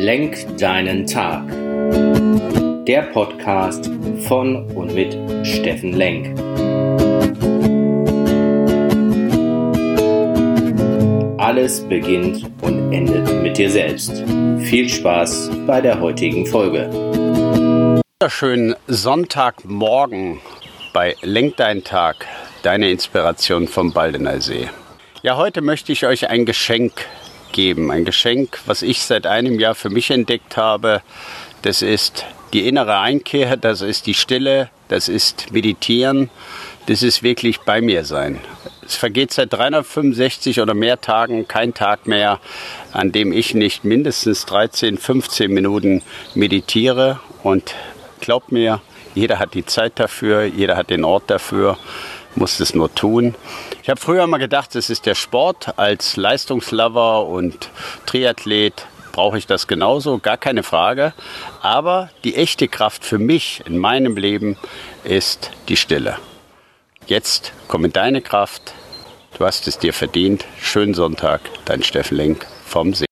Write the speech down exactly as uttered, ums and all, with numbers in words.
Lenk deinen Tag. Der Podcast von und mit Steffen Lenk. Alles beginnt und endet mit dir selbst. Viel Spaß bei der heutigen Folge. Wunderschönen Sonntagmorgen bei Lenk deinen Tag, deine Inspiration vom Baldeneysee. Ja, heute möchte ich euch ein Geschenk geben. Ein Geschenk, was ich seit einem Jahr für mich entdeckt habe. Das ist die innere Einkehr, das ist die Stille, das ist Meditieren, das ist wirklich bei mir sein. Es vergeht seit dreihundertfünfundsechzig oder mehr Tagen kein Tag mehr, an dem ich nicht mindestens dreizehn, fünfzehn Minuten meditiere. Und glaubt mir, jeder hat die Zeit dafür, jeder hat den Ort dafür, muss es nur tun. Ich habe früher mal gedacht, es ist der Sport. Als Leistungslover und Triathlet brauche ich das genauso, gar keine Frage. Aber die echte Kraft für mich in meinem Leben ist die Stille. Jetzt komm in deine Kraft. Du hast es dir verdient. Schönen Sonntag, dein Steffen Lenk vom See.